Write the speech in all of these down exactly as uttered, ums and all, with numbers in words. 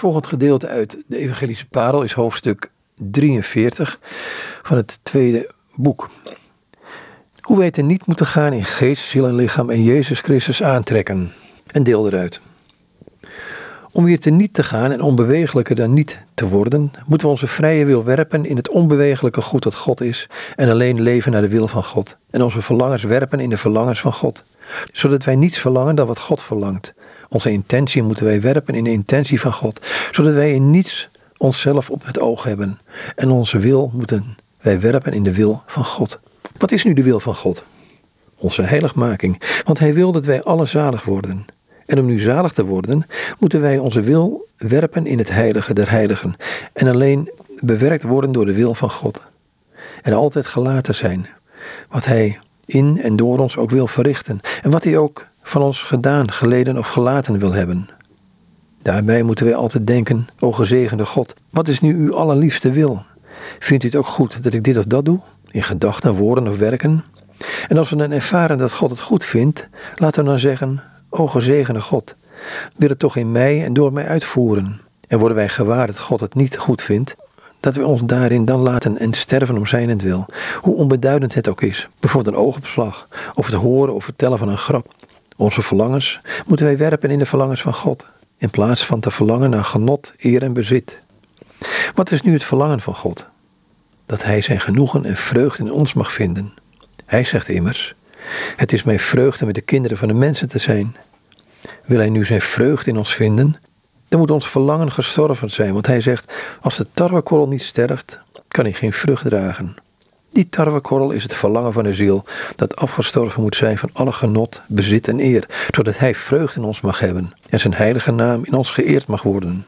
volgend gedeelte uit de Evangelische Parel is hoofdstuk drieënveertig van het tweede boek. Hoe wij ten niet moeten gaan in geest, ziel en lichaam en Jezus Christus aantrekken. Een deel eruit. Om weer te niet te gaan en onbewegelijker dan niet te worden, moeten we onze vrije wil werpen in het onbewegelijke goed dat God is en alleen leven naar de wil van God. En onze verlangens werpen in de verlangens van God. Zodat wij niets verlangen dan wat God verlangt. Onze intentie moeten wij werpen in de intentie van God. Zodat wij in niets onszelf op het oog hebben. En onze wil moeten wij werpen in de wil van God. Wat is nu de wil van God? Onze heiligmaking. Want Hij wil dat wij alle zalig worden. En om nu zalig te worden, moeten wij onze wil werpen in het heilige der heiligen. En alleen bewerkt worden door de wil van God. En altijd gelaten zijn. Wat Hij in en door ons ook wil verrichten. En wat Hij ook van ons gedaan, geleden of gelaten wil hebben. Daarbij moeten wij altijd denken, o gezegende God, wat is nu uw allerliefste wil? Vindt u het ook goed dat ik dit of dat doe? In gedachten, woorden of werken? En als we dan ervaren dat God het goed vindt, laten we dan zeggen, o gezegende God, wil het toch in mij en door mij uitvoeren. En worden wij gewaar dat God het niet goed vindt, dat we ons daarin dan laten en sterven om zijnentwil. Hoe onbeduidend het ook is. Bijvoorbeeld een oogopslag, of het horen of vertellen van een grap. Onze verlangens moeten wij werpen in de verlangens van God, in plaats van te verlangen naar genot, eer en bezit. Wat is nu het verlangen van God? Dat Hij zijn genoegen en vreugde in ons mag vinden. Hij zegt immers, het is mijn vreugde met de kinderen van de mensen te zijn. Wil Hij nu zijn vreugde in ons vinden, dan moet ons verlangen gestorven zijn, want Hij zegt, als de tarwekorrel niet sterft, kan hij geen vrucht dragen. Die tarwekorrel is het verlangen van de ziel, dat afgestorven moet zijn van alle genot, bezit en eer, zodat Hij vreugde in ons mag hebben en zijn heilige naam in ons geëerd mag worden.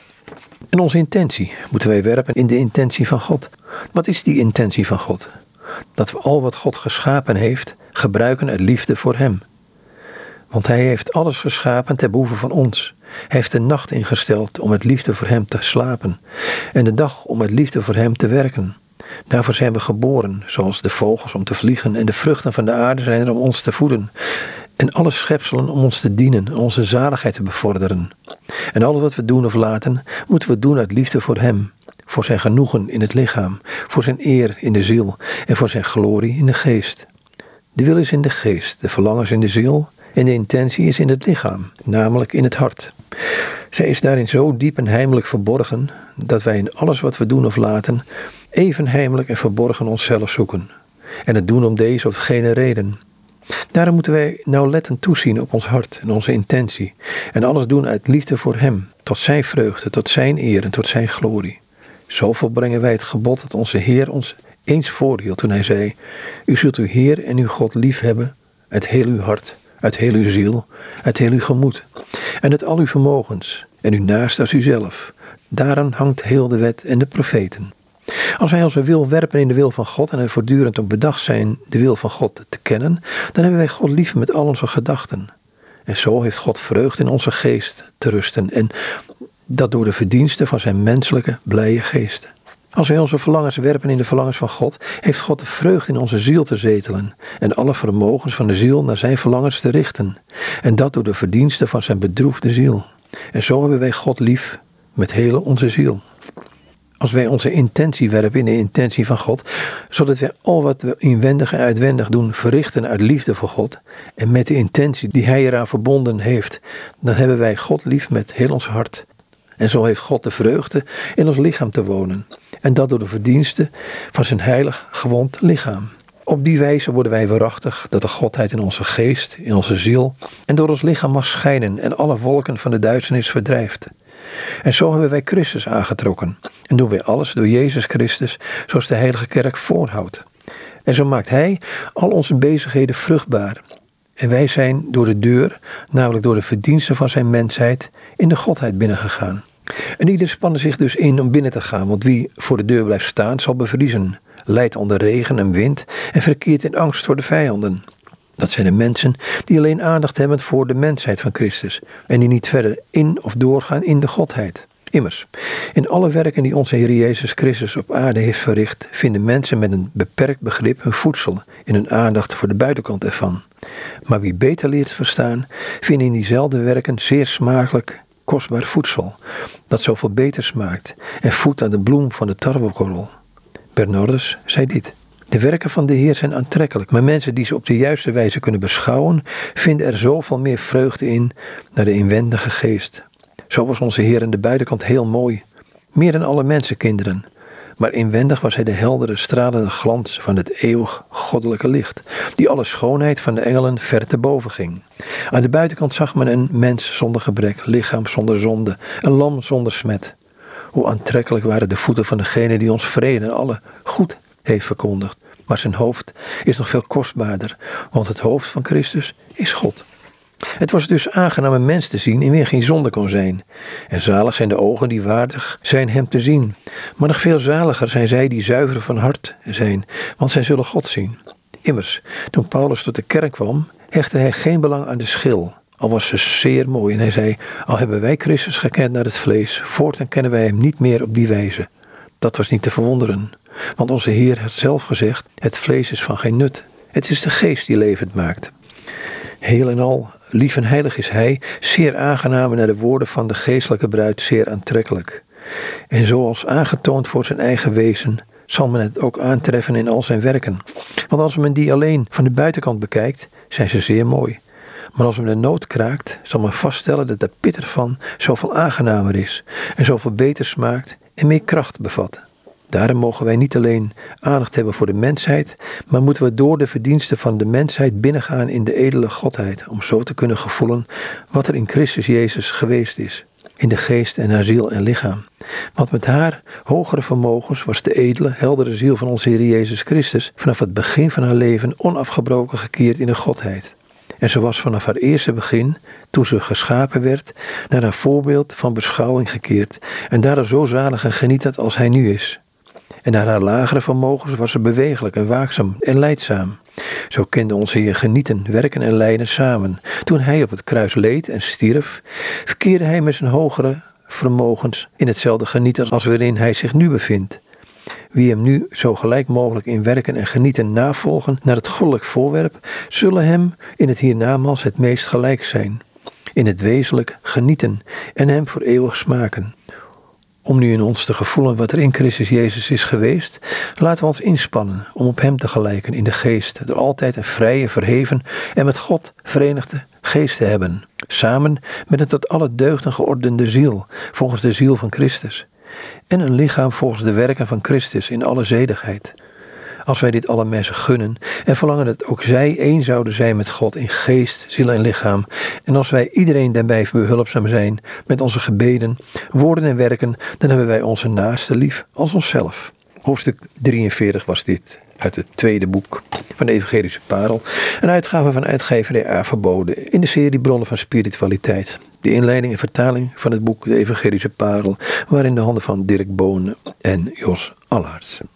En onze intentie moeten wij werpen in de intentie van God. Wat is die intentie van God? Dat we al wat God geschapen heeft, gebruiken uit liefde voor Hem. Want Hij heeft alles geschapen ter behoeve van ons. Hij heeft de nacht ingesteld om uit liefde voor Hem te slapen en de dag om uit liefde voor Hem te werken. Daarvoor zijn we geboren, zoals de vogels om te vliegen en de vruchten van de aarde zijn er om ons te voeden. En alle schepselen om ons te dienen en onze zaligheid te bevorderen. En alles wat we doen of laten, moeten we doen uit liefde voor Hem. Voor zijn genoegen in het lichaam, voor zijn eer in de ziel en voor zijn glorie in de geest. De wil is in de geest, de verlangens in de ziel en de intentie is in het lichaam, namelijk in het hart. Zij is daarin zo diep en heimelijk verborgen, dat wij in alles wat we doen of laten, even heimelijk en verborgen onszelf zoeken. En het doen om deze of gene reden. Daarom moeten wij nauwlettend toezien op ons hart en onze intentie. En alles doen uit liefde voor Hem, tot zijn vreugde, tot zijn eer en tot zijn glorie. Zo volbrengen wij het gebod dat onze Heer ons eens voorhield toen Hij zei, u zult uw Heer en uw God lief hebben uit heel uw hart, uit heel uw ziel, uit heel uw gemoed en uit al uw vermogens en uw naast als uzelf. Daaraan hangt heel de wet en de profeten. Als wij onze wil werpen in de wil van God en er voortdurend op bedacht zijn de wil van God te kennen, dan hebben wij God lief met al onze gedachten. En zo heeft God vreugde in onze geest te rusten en dat door de verdiensten van zijn menselijke, blije geest. Als wij onze verlangens werpen in de verlangens van God, heeft God de vreugde in onze ziel te zetelen en alle vermogens van de ziel naar zijn verlangens te richten. En dat door de verdiensten van zijn bedroefde ziel. En zo hebben wij God lief met hele onze ziel. Als wij onze intentie werpen in de intentie van God, zodat wij al wat we inwendig en uitwendig doen verrichten uit liefde voor God en met de intentie die Hij eraan verbonden heeft, dan hebben wij God lief met heel ons hart. En zo heeft God de vreugde in ons lichaam te wonen. En dat door de verdiensten van zijn heilig gewond lichaam. Op die wijze worden wij waarachtig dat de Godheid in onze geest, in onze ziel en door ons lichaam mag schijnen en alle wolken van de duisternis verdrijft. En zo hebben wij Christus aangetrokken. En doen wij alles door Jezus Christus, zoals de Heilige Kerk voorhoudt. En zo maakt Hij al onze bezigheden vruchtbaar. En wij zijn door de deur, namelijk door de verdiensten van zijn mensheid, in de Godheid binnengegaan. En ieder spannen zich dus in om binnen te gaan, want wie voor de deur blijft staan zal bevriezen, lijdt onder regen en wind en verkeert in angst voor de vijanden. Dat zijn de mensen die alleen aandacht hebben voor de mensheid van Christus en die niet verder in of doorgaan in de Godheid. Immers, in alle werken die onze Heer Jezus Christus op aarde heeft verricht, vinden mensen met een beperkt begrip hun voedsel in hun aandacht voor de buitenkant ervan. Maar wie beter leert verstaan, vindt in diezelfde werken zeer smakelijk kostbaar voedsel, dat zoveel beter smaakt en voedt aan de bloem van de tarwekorrel. Bernardus zei dit: de werken van de Heer zijn aantrekkelijk, maar mensen die ze op de juiste wijze kunnen beschouwen, vinden er zoveel meer vreugde in naar de inwendige geest. Zo was onze Heer aan de buitenkant heel mooi, meer dan alle mensenkinderen. Maar inwendig was hij de heldere, stralende glans van het eeuwig goddelijke licht, die alle schoonheid van de engelen ver te boven ging. Aan de buitenkant zag men een mens zonder gebrek, lichaam zonder zonde, een lam zonder smet. Hoe aantrekkelijk waren de voeten van degene die ons vrede en alle goed heeft verkondigd. Maar zijn hoofd is nog veel kostbaarder, want het hoofd van Christus is God. Het was dus aangenaam een mens te zien in wie geen zonde kon zijn. En zalig zijn de ogen die waardig zijn hem te zien. Maar nog veel zaliger zijn zij die zuiver van hart zijn, want zij zullen God zien. Immers, toen Paulus tot de kerk kwam, hechtte hij geen belang aan de schil, al was ze zeer mooi. En hij zei: al hebben wij Christus gekend naar het vlees, voortaan kennen wij hem niet meer op die wijze. Dat was niet te verwonderen, want onze Heer had zelf gezegd: het vlees is van geen nut. Het is de geest die levend maakt. Heel en al, lief en heilig is hij, zeer aangenaam en naar de woorden van de geestelijke bruid zeer aantrekkelijk. En zoals aangetoond voor zijn eigen wezen, zal men het ook aantreffen in al zijn werken. Want als men die alleen van de buitenkant bekijkt, zijn ze zeer mooi. Maar als men de noot kraakt, zal men vaststellen dat de pit ervan zoveel aangenamer is en zoveel beter smaakt en meer kracht bevat. Daarom mogen wij niet alleen aandacht hebben voor de mensheid, maar moeten we door de verdiensten van de mensheid binnengaan in de edele godheid, om zo te kunnen gevoelen wat er in Christus Jezus geweest is, in de geest en haar ziel en lichaam. Want met haar hogere vermogens was de edele, heldere ziel van onze Heer Jezus Christus vanaf het begin van haar leven onafgebroken gekeerd in de godheid. En ze was vanaf haar eerste begin, toen ze geschapen werd, naar haar voorbeeld van beschouwing gekeerd en daardoor zo zalig en genietend als hij nu is. En naar haar lagere vermogens was ze bewegelijk en waakzaam en lijdzaam. Zo kende onze Heer genieten, werken en lijden samen. Toen hij op het kruis leed en stierf, verkeerde hij met zijn hogere vermogens in hetzelfde genieten als waarin hij zich nu bevindt. Wie hem nu zo gelijk mogelijk in werken en genieten navolgen naar het goddelijk voorwerp, zullen hem in het hiernamaals het meest gelijk zijn. In het wezenlijk genieten en hem voor eeuwig smaken. Om nu in ons te gevoelen wat er in Christus Jezus is geweest, laten we ons inspannen om op hem te gelijken in de geest, door altijd een vrije, verheven en met God verenigde geest te hebben, samen met een tot alle deugden geordende ziel, volgens de ziel van Christus, en een lichaam volgens de werken van Christus in alle zedigheid. Als wij dit alle mensen gunnen en verlangen dat ook zij één zouden zijn met God in geest, ziel en lichaam, en als wij iedereen daarbij behulpzaam zijn met onze gebeden, woorden en werken, dan hebben wij onze naaste lief als onszelf. Hoofdstuk drieënveertig was dit, uit het tweede boek van de Evangelische Parel, een uitgave van uitgeverij A. Verboden in de serie Bronnen van Spiritualiteit. De inleiding en vertaling van het boek De Evangelische Parel waren in de handen van Dirk Bonen en Jos Allaerts.